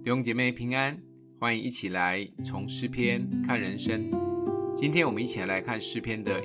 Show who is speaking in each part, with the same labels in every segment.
Speaker 1: 弟兄姐妹平安，欢迎一起来从诗篇看人生。今天我们一起来看诗篇的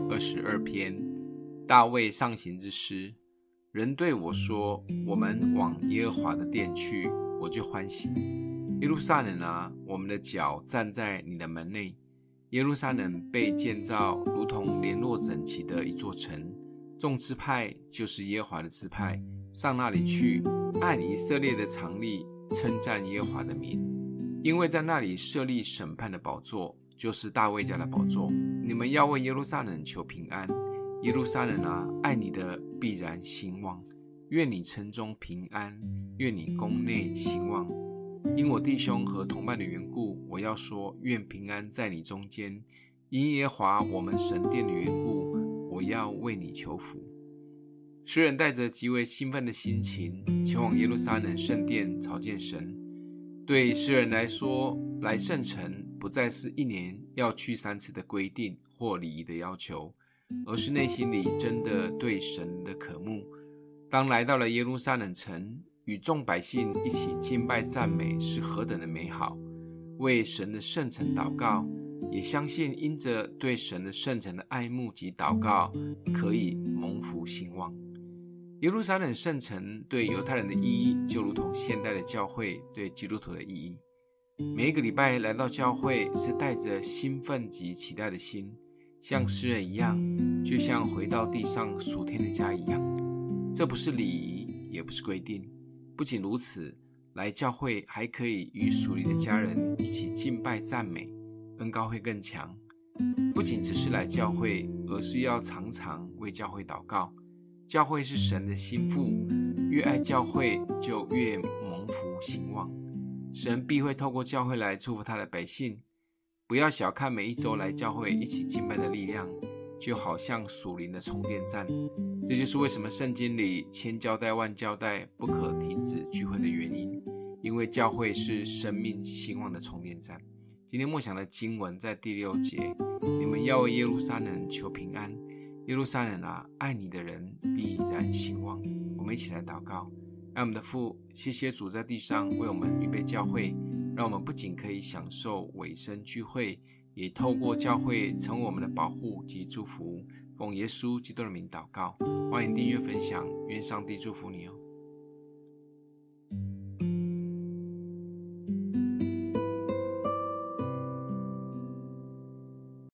Speaker 1: 122篇，大卫上行之诗。人对我说，我们往耶和华的殿去，我就欢喜。耶路撒冷啊，我们的脚站在你的门内。耶路撒冷被建造如同联络整齐的一座城，众支派就是耶和华的支派，上那里去，按以色列的常例称赞耶和华的名，因为在那里设立审判的宝座，就是大卫家的宝座。你们要为耶路撒冷求平安。耶路撒冷啊，爱你的必然兴旺，愿你城中平安，愿你宫内兴旺。因我弟兄和同伴的缘故，我要说，愿平安在你中间。因耶和华我们神殿的缘故，我要为你求福。诗人带着极为兴奋的心情前往耶路撒冷圣殿朝见神。对诗人来说，来圣城不再是一年要去3次的规定或礼仪的要求，而是内心里真的对神的渴慕。当来到了耶路撒冷城，与众百姓一起敬拜赞美是何等的美好。为神的圣城祷告，也相信因着对神的圣城的爱慕及祷告，可以蒙福兴旺。耶路撒冷圣城对犹太人的意义，就如同现代的教会对基督徒的意义。每一个礼拜来到教会，是带着兴奋及期待的心，像诗人一样，就像回到地上属天的家一样。这不是礼仪，也不是规定。不仅如此，来教会还可以与属灵的家人一起敬拜赞美，恩膏会更强。不仅只是来教会，而是要常常为教会祷告。教会是神的心腹，越爱教会就越蒙福兴旺。神必会透过教会来祝福他的百姓。不要小看每一周来教会一起敬拜的力量，就好像属灵的充电站。这就是为什么圣经里千交代万交代不可停止聚会的原因，因为教会是生命兴旺的充电站。今天默想的经文在第6节，你们要为耶路撒冷求平安。耶路撒冷啊，爱你的人必然兴旺。我们一起来祷告。爱我们的父，谢谢主在地上为我们预备教会，让我们不仅可以享受委身聚会，也透过教会成为我们的保护及祝福。奉耶稣基督的名祷告，欢迎订阅分享，愿上帝祝福你哦。